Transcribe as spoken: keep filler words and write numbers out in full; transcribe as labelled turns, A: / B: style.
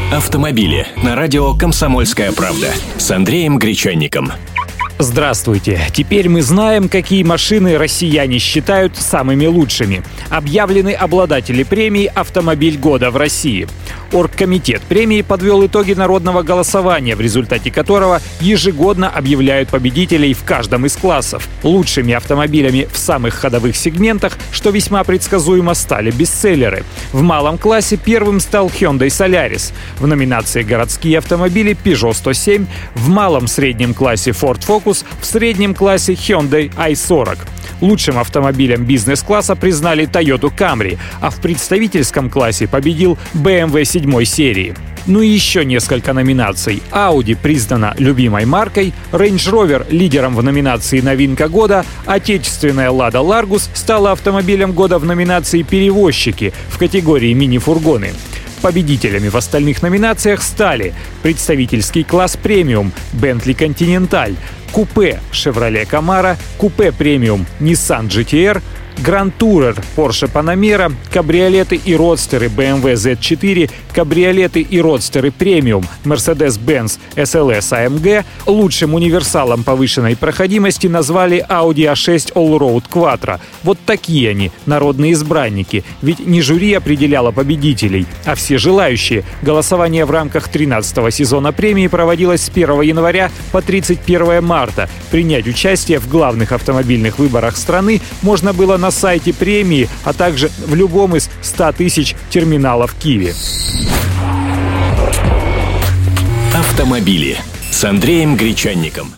A: Автомобили на радио «Комсомольская правда» с Андреем Гречанником.
B: Здравствуйте! Теперь мы знаем, какие машины россияне считают самыми лучшими. Объявлены обладатели премии «Автомобиль года» в России. Оргкомитет премии подвел итоги народного голосования, в результате которого ежегодно объявляют победителей в каждом из классов. Лучшими автомобилями в самых ходовых сегментах, что весьма предсказуемо, стали бестселлеры. В малом классе первым стал Hyundai Solaris. В номинации «Городские автомобили» Peugeot сто семь, в малом-среднем классе Ford Focus, в среднем классе Hyundai ай сорок. Лучшим автомобилем бизнес-класса признали Toyota Camry, а в представительском классе победил бэ эм вэ седьмой серии. Ну и еще несколько номинаций. Audi признана любимой маркой, Range Rover лидером в номинации «Новинка года», отечественная Lada Largus стала автомобилем года в номинации «Перевозчики» в категории мини-фургоны. Победителями в остальных номинациях стали представительский класс премиум Bentley Continental, купе Chevrolet Camaro, купе премиум Nissan джи ти ар, Grand Tourer Porsche Panamera, кабриолеты и родстеры бэ эм вэ зет четыре, кабриолеты и родстеры премиум Mercedes-Benz эс эл эс эй эм джи. Лучшим универсалом повышенной проходимости назвали Audi а шесть Allroad Quattro. Вот такие они, народные избранники. Ведь не жюри определяло победителей, а все желающие. Голосование в рамках тринадцатого сезона премии проводилось с первого января по тридцать первое марта. Принять участие в главных автомобильных выборах страны можно было на на сайте премии, а также в любом из ста тысяч терминалов Киви.
A: Автомобили с Андреем Гречанником.